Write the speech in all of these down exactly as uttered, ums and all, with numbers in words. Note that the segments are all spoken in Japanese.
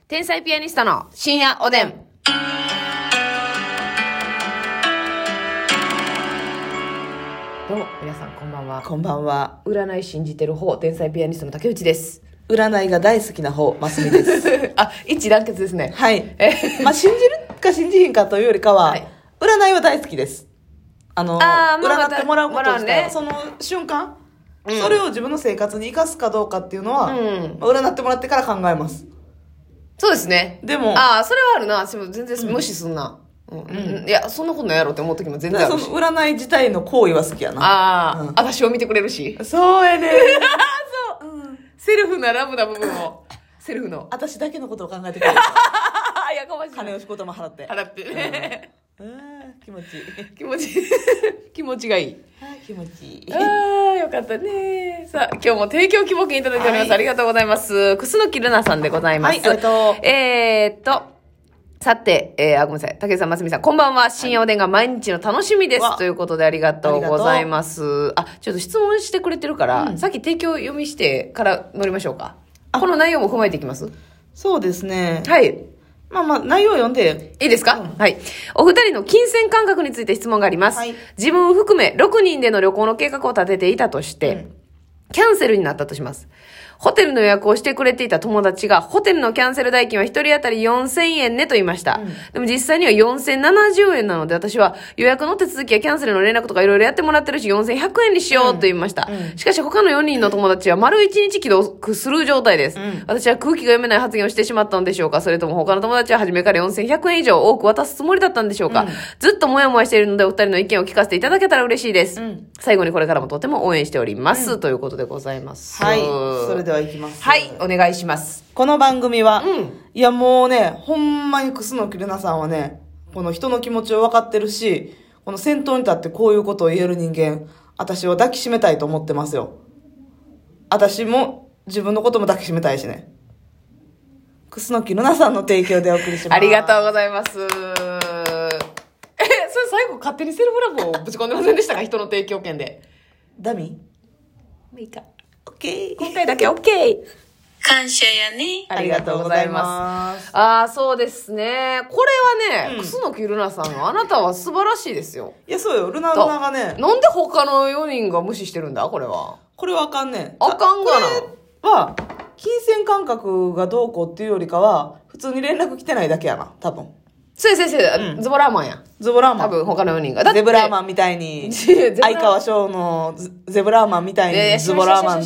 天才ピアニストの深夜おでん。どうも皆さんこんばんは。 こんばんは。 占い信じてる方、天才ピアニストの竹内です。 占いが大好きな方、ますみです。 あ、一致団結ですね。 はい。まあ、信じるか信じひんかというよりかは、はい、占いは大好きです。あの、あまあ、占ってもらうこと自体、ね、その瞬間、うん、それを自分の生活に生かすかどうかっていうのは、うんまあ、占ってもらってから考えます。 そうですね。 でも、 ああ、それはあるな。私も全然無視すんな。うんうん、いや、そんなことないやろって思う時も全然あるし。 その占い自体の行為は好きやな。 ああ、うん、私を見てくれるし。 そうやね。 そう、うん。セルフなラブな部分を。セルフの。 私だけのことを考えてくれる。 やかましい。 金を仕事も払って。 払ってね。 うん、気持ちいい。 気持ちいい。気持ちがいい。 気持ちいい。 ああ、よかったね。さあ、今日も提供希望券いただいております。はい、ありがとうございます。くすのきるなさんでございます。 はい、ありがとう。 えーっと、さて、えー、あ、ごめんなさい。竹内さん、ますみさん、こんばんは。深夜おでんが毎日の楽しみです。はい、ということでありがとうございます。あ、ちょっと質問してくれてるから、うん、さっき提供読みしてから乗りましょうか。この内容も踏まえていきます？ そうですね。 はい。 まあまあ、内容読んで。 いいですか？うん、はい。お二人の金銭感覚について質問があります。はい、自分を含めろくにんでの旅行の計画を立てていたとして、うん、キャンセルになったとします。ホテルの予約をしてくれていた友達が、ホテルのキャンセル代金は一人当たりよんせんえんねと言いました。うん、でも実際にはよんせんななじゅうえんなので、私は予約の手続きやキャンセルの連絡とかいろいろやってもらってるし、よんせんひゃくえんにしようと言いました。うんうん、しかし他のよにんの友達は丸いちにち既読する状態です。うん、私は空気が読めない発言をしてしまったのでしょうか？それとも他の友達は初めからよんせんひゃくえん以上多く渡すつもりだったんでしょうか？うん、ずっともやもやしているので、お二人の意見を聞かせていただけたら嬉しいです。うん、最後にこれからもとても応援しております。うん、ということでございます。 はい。それでは行きます。 はい。お願いします。 この番組は、うん、いやもうね、ほんまにくすのきるなさんはね、この人の気持ちを分かってるし、この先頭に立ってこういうことを言える人間、私は抱きしめたいと思ってますよ。私も自分のことも抱きしめたいしね。くすのきるなさんの提供でお送りします。 ありがとうございます。え、それ最後勝手にセルフラブをぶち込んでませんでしたか？人の提供権で。 ダミーいいか。 オッケー。 今回だけオッケー。 感謝やね。 ありがとうございます。 ああ、そうですね。これはね、うん、くすのきるなさん、あなたは素晴らしいですよ。 いや、そうよ。ルナルナがね。 なんで他のよにんが無視してるんだこれは。 これはあかんねん。 あかんがな。 これは、金銭感覚がどうこうっていうよりかは、普通に連絡来てないだけやな、多分。 そうやそうや、うん、ズボラーマンや。 ズボラーマン。 多分他のよにんが。 ゼブラーマンみたいに、相川翔のゼブラーマンみたいにズボラーマンって。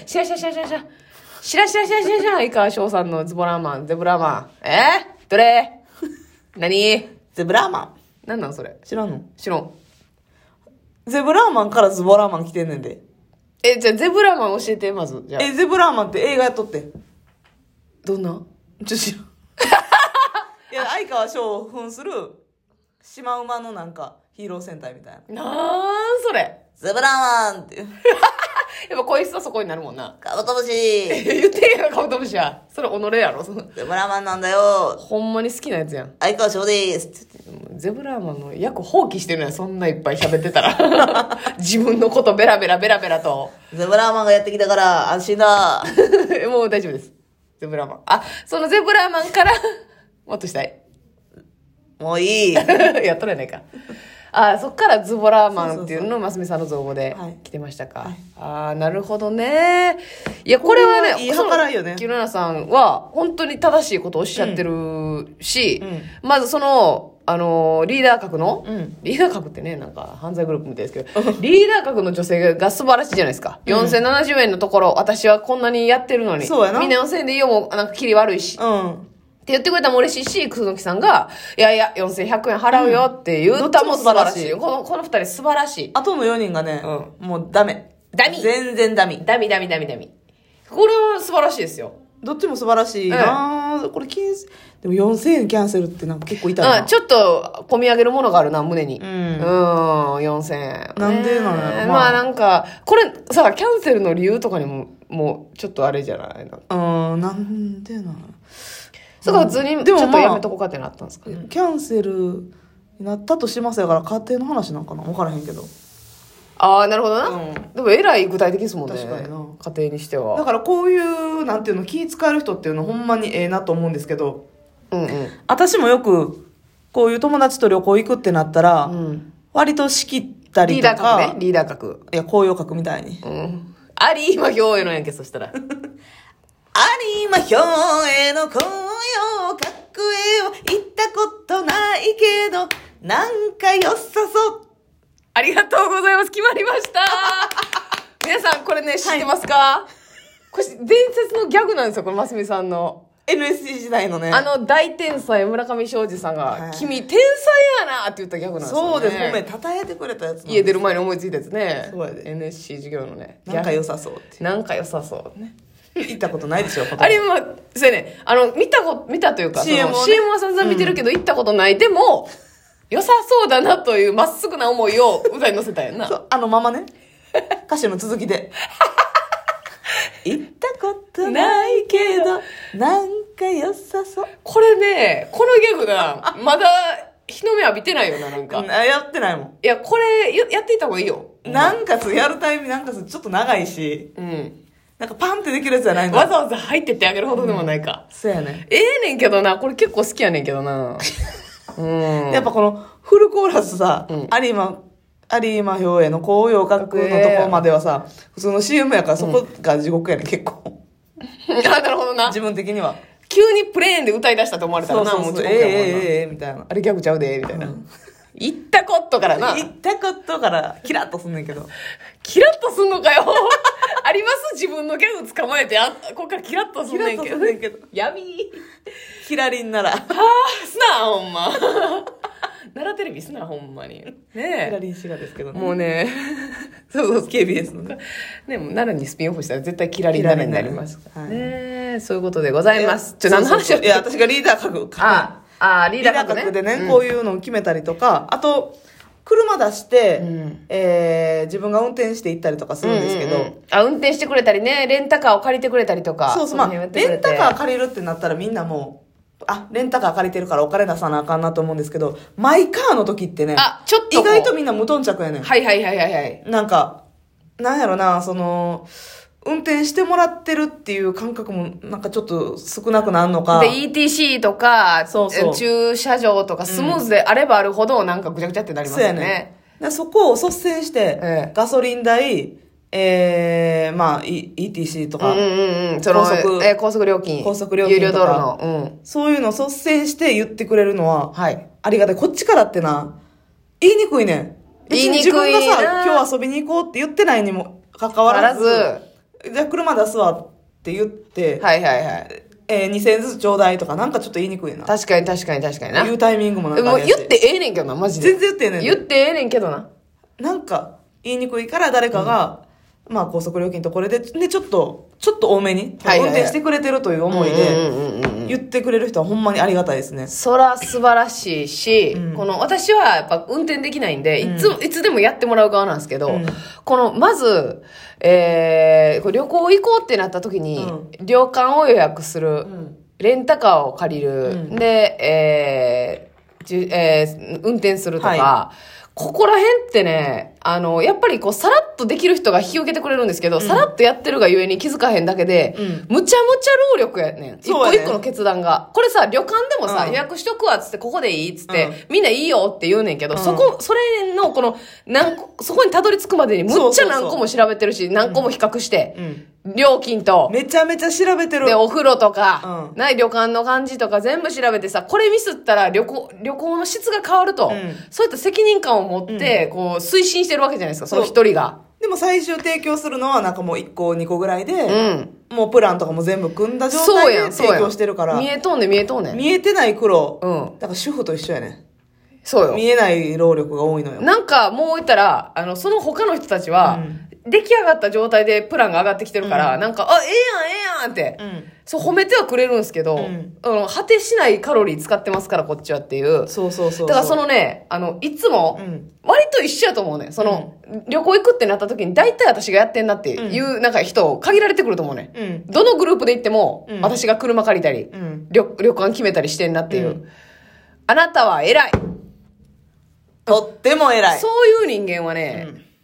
しらしらしらしらしら。しらしらしらしらしら、相川翔さんのズボラーマン、ゼブラーマン。えー、どれ何ゼブラーマン。 なんなんそれ知らんの？ 知らん。 ゼブラーマンからズボラーマン来てんねんで。 え、じゃあゼブラーマン教えて、まず。じゃあえ、ゼブラーマンって映画やっとって。 どんな？ ちょ、知らん。いや、相川翔を扮する、シマウマのなんか、ヒーロー戦隊みたいな。 なんそれゼブラーマンって。 やっぱ声質はそこになるもんな。 カブトムシ言ってんやろ、カブトムシや。それ己やろ。 ゼブラーマンなんだよ。 ほんまに好きなやつやん。 相川翔でーす。 ゼブラーマンの役放棄してるやん、そんないっぱい喋ってたら。自分のことベラベラベラベラと。 ゼブラーマンがやってきたから安心だ。 もう大丈夫です。ゼブラーマン。あ、そのゼブラーマンから、もっとしたい。 もういい。 やっとるやないか。あ、そっからズボラーマンっていうのをますみさんの造語で来てましたか。はい、ああ、なるほどね。いや、これはね、 いい計らいよね。 キルナさんは本当に正しいことをおっしゃってるし、うんうん、まずその、あのー、リーダー格の、うん、リーダー格ってね、なんか犯罪グループみたいですけど、リーダー格の女性が素晴らしいじゃないですか。うん、よんせんななじゅうえんのところ、私はこんなにやってるのに。 そうやな。 みんなよんせんえんでいいよ、もうなんかキリ悪いし。 うんって言ってくれたらも嬉しいし、くすのきさんが、いやいや、よんせんひゃくえん払うよって言ったも素晴らしい。うん、この、この二人素晴らしい。 あとのよにんがね、うん、もうダメ。 ダミ。 全然ダミ。 ダミダミダミダミ。これは素晴らしいですよ。 どっちも素晴らしいな、うん、これ金、でもよんせんえんキャンセルってなんか結構痛いな。 うん、ちょっと込み上げるものがあるな、胸に。 うん。 うん、よんせんえん。 なんでなのやろ、 まあ、まあなんか、これさ、キャンセルの理由とかにも、もう、ちょっとあれじゃないの。うん、なんでなのそこは普通にちょっとやめとこうかってなったんですか、ね、 キャンセルになったとしますやから家庭の話なんかな分からへんけど。 ああ、なるほどな。 うん、 でも、えらい具体的ですもんね。 確かにな。 家庭にしては。 だからこういう、なんていうの、気使える人っていうのはほんまにええなと思うんですけど、 うんうん。 私もよく、こういう友達と旅行行くってなったら、うん、割と仕切ったりとか。 リーダー格ね。リーダー格。 いや、紅葉格みたいに。 うん。有馬兵衛のやんけ、そしたら。有馬兵衛の紅葉格へは行ったことないけど、なんか良さそう。 ありがとうございます。決まりました。皆さん、これね、知ってますか、はい、これ、伝説のギャグなんですよ、これ、ますみさんの。 エヌエスジー 時代のね。 あの、大天才、村上昌司さんが、はい、君、天才やなって言ったギャグなんですよ、ね。 そうです。ごめん、たたえてくれたやつ。 家出る前に思いついたやつね。 そうやで。 エヌエスジー 授業のね。 なんか良さそうって。 なんか良さそうね。 行ったことないでしょ、 あれ、まあ、そうやね。あの、見たこ、見たというか、 シーエム をね、 シーエム は散々見てるけど、うん、行ったことない。でも、良さそうだなというまっすぐな思いを歌に乗せたよな。 そう、あのままね。歌詞の続きで。行ったことないけど、なんか良さそう。 これね、このギャグな、まだ日の目浴びてないよな、なんか。 やってないもん。 いや、これ、やっていった方がいいよ。 なんかやるタイミングなんかちょっと長いし。うん。なんかパンってできるやつじゃないの。 わざわざ入ってってあげるほどでもないか。 うん、そうやね。 ええねんけどな、これ結構好きやねんけどな。 うん。やっぱこのフルコーラスさ、うん、有馬、有馬兵衛の紅葉格のところまではさ、普通の シーエム やからそこが地獄やねん、結構。 あ、なるほどな。 自分的には。 急にプレーンで歌い出したと思われたらな、 そうそうそう、もう地獄やもんな。えー、えー、えー、みたいな。 あれギャグちゃうで、みたいな。うん行ったことからな。 行ったことから、キラッとすんねんけど。 キラッとすんのかよ。あります自分のギャグ捕まえて、あ、ここからキラッとすんねんけど。 キラッとすんねんけど。 闇。 キラリンなら。はぁ、すな、ほんま。奈良テレビすな、ほんまに。ねえ。 キラリン滋賀ですけどね。 もうね、そうそう、ケービーエス のね。ねも奈良にスピンオフしたら絶対キラリン奈良になりますから。ねえ、そういうことでございます。ちょ、何の話いや、私がリーダー書く。 ああ、リーダー格ね。 リーダー格でね、うん、こういうのを決めたりとか、あと、車出して、うん、えー、自分が運転して行ったりとかするんですけど、うんうんうん、 あ、運転してくれたりね、レンタカーを借りてくれたりとか。 そうそう、まあ、レンタカー借りるってなったらみんなもう、あ、レンタカー借りてるからお金出さなあかんなと思うんですけど、マイカーの時ってね、 あ、ちょっと意外とみんな無頓着やねん。 はいはいはいはいはい。 なんか、なんやろな、その、運転してもらってるっていう感覚もなんかちょっと少なくなるのか。 で、イーティーシー とか、 そうそう駐車場とかスムーズであればあるほどなんかぐちゃぐちゃってなりますよね。 そうやね。でそこを率先して、ええ、ガソリン代、えー、まあ、イーティーシー とか、 うんうんうん、その高速、えー、高速料金。 高速料金とか。 有料道路の。うん。 そういうのを率先して言ってくれるのは、はい。ありがたい。こっちからってな、言いにくいねん。 言いにくいな。 自分がさ、今日遊びに行こうって言ってないにもかかわらず、じゃあ車出すわって言って、 はいはいはい。 えー、にせんえんずつちょうだいとかなんかちょっと言いにくいな。 確かに確かに確かにな。 言うタイミングもなんかもう言ってええねんけどな、マジで。 全然言ってええねん。 言ってええねんけどな。 なんか、言いにくいから誰かが、うん、まあ高速料金とこれで、で、ちょっと、ちょっと多めに、はいはいはい、運転してくれてるという思いで、言ってくれる人はほんまにありがたいですね。 そら素晴らしいし、うん、この、私はやっぱ運転できないんで、いつ、うん、いつでもやってもらう側なんですけど、うん、この、まず、えー、旅行行こうってなった時に、うん、旅館を予約する、うん、レンタカーを借りる、うん、で、えーじえー、運転するとか、はい、ここら辺ってね、あの、やっぱりこう、さらっとできる人が引き受けてくれるんですけど、うん、さらっとやってるがゆえに気づかへんだけで、うん、むちゃむちゃ労力やねん。一個一個の決断が。これさ、旅館でもさ、うん、予約しとくわっつって、ここでいいっつって、うん、みんないいよって言うねんけど、うん、そこ、それの、この、何個、そこにたどり着くまでにむっちゃ何個も調べてるし、何個も比較して、うん料金と。 めちゃめちゃ調べてる。 で、お風呂とか、うん、ない旅館の感じとか全部調べてさ、これミスったら旅行、旅行の質が変わると、うん、そういった責任感を持って、うん、こう、推進してるわけじゃないですか、その一人が。 でも最終提供するのはなんかもういっこ、にこぐらいで、うん、もうプランとかも全部組んだ状態で提供してるから。 見えとんね見えとんね見えてない苦労。うん。だから主婦と一緒やね。 そうよ。 見えない労力が多いのよ。 なんかもう言ったら、あの、その他の人たちは、うん出来上がった状態でプランが上がってきてるから、うん、なんか、あ、ええやん、ええやんって、うん、そう褒めてはくれるんですけど、うん、あの、果てしないカロリー使ってますから、こっちはっていう。 そうそうそう。 だからそのね、あの、いつも、割と一緒やと思うね。その、うん、旅行行くってなった時に、大体私がやってんなっていう、なんか人、限られてくると思うね。うん、どのグループで行っても、うん、私が車借りたり、うん、旅、旅館決めたりしてんなっていう。うん、あなたは偉い。 とっても偉い。 そういう人間はね、うん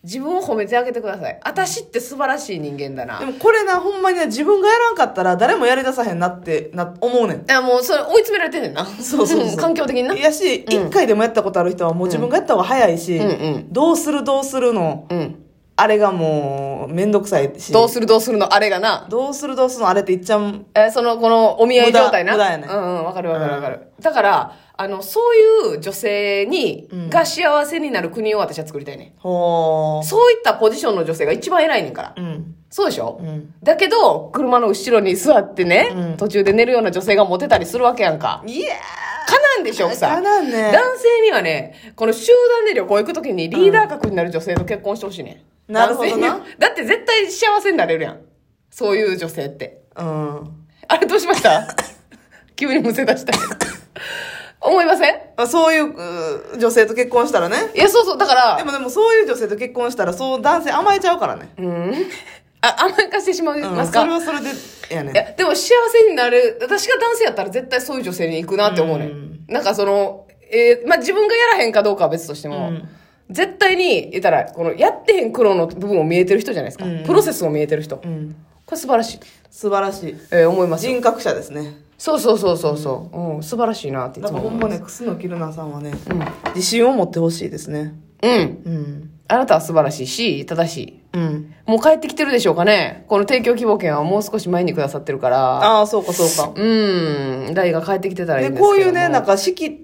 自分を褒めてあげてください。私って素晴らしい人間だな。 でもこれな、ほんまにね、自分がやらんかったら誰もやり出さへんなって、な、思うねん。いや、もうそれ追い詰められてんねんな。 そうそうそう。 環境的にな。 いやし、一、うん、回でもやったことある人はもう自分がやった方が早いし、うんうん、どうするどうするの、うん、あれがもう、めんどくさいし。 どうするどうするのあれがな。 どうするどうするのあれって言っちゃう。 え、その、このお見合い状態な。 無駄やね。 うんうん、わかるわかるわかる。うん、だから、あの、そういう女性に、うん、が幸せになる国を私は作りたいね。ほー。そういったポジションの女性が一番偉いねんから。うん。そうでしょ、うん、だけど、車の後ろに座ってね、うん、途中で寝るような女性がモテたりするわけやんか。いやー。かなんでしょうさ。 かなんね。 男性にはね、この集団で旅行行くときにリーダー格になる女性と結婚してほしいね、 うん。なるほどな。 だって絶対幸せになれるやん。そういう女性って。うん。あれどうしました急にむせ出した。思いません？ あ、そういう女性と結婚したらね。 いや、そうそう、だから。 でもでもそういう女性と結婚したら、そう男性甘えちゃうからね。うん。 あ、甘やかしてしまいますか、 うん、それはそれで、やね。 いや、でも幸せになる、私が男性やったら絶対そういう女性に行くなって思うね。うん、なんかその、えー、まあ、自分がやらへんかどうかは別としても、うん、絶対に、言ったら、この、やってへん苦労の部分を見えてる人じゃないですか。うん、プロセスを見えてる人。うん、これ素晴らしい。 素晴らしい。 えー、思います。 人格者ですね。 そうそうそうそうそう、うん、素晴らしいなっていつも思います。 だからほんまね、楠木ルナさんはね、うん、自信を持ってほしいですね。 うん。うん。あなたは素晴らしいし、正しい。うん。もう帰ってきてるでしょうかね。この提供希望券はもう少し前にくださってるから。 ああ、そうかそうか。 うん。ライが帰ってきてたらいいんですけども。 で、こういうね、なんか式って、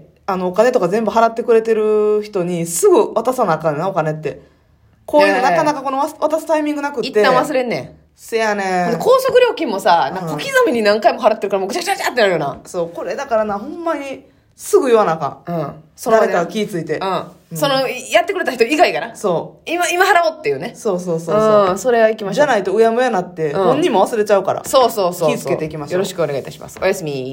あの、お金とか全部払ってくれてる人にすぐ渡さなあかんねんな、お金って。こういうの、えー、なかなかこの渡すタイミングなくって。 一旦忘れんねん。 せやねん。 高速料金もさ、なんか小刻みに何回も払ってるからもうぐちゃぐちゃぐちゃってなるよな。 そう、これだからな、ほんまにすぐ言わなあかん。うん。その誰かが気ぃついて。 うん。うん、その、やってくれた人以外がな。そう。今、今払おうっていうね。 そうそうそうそう。 うん、それは行きましょう。 じゃないとうやむやなって、うん、本人も忘れちゃうから。 そうそうそうそう。 気ぃつけていきましょう。 よろしくお願いいたします。おやすみ。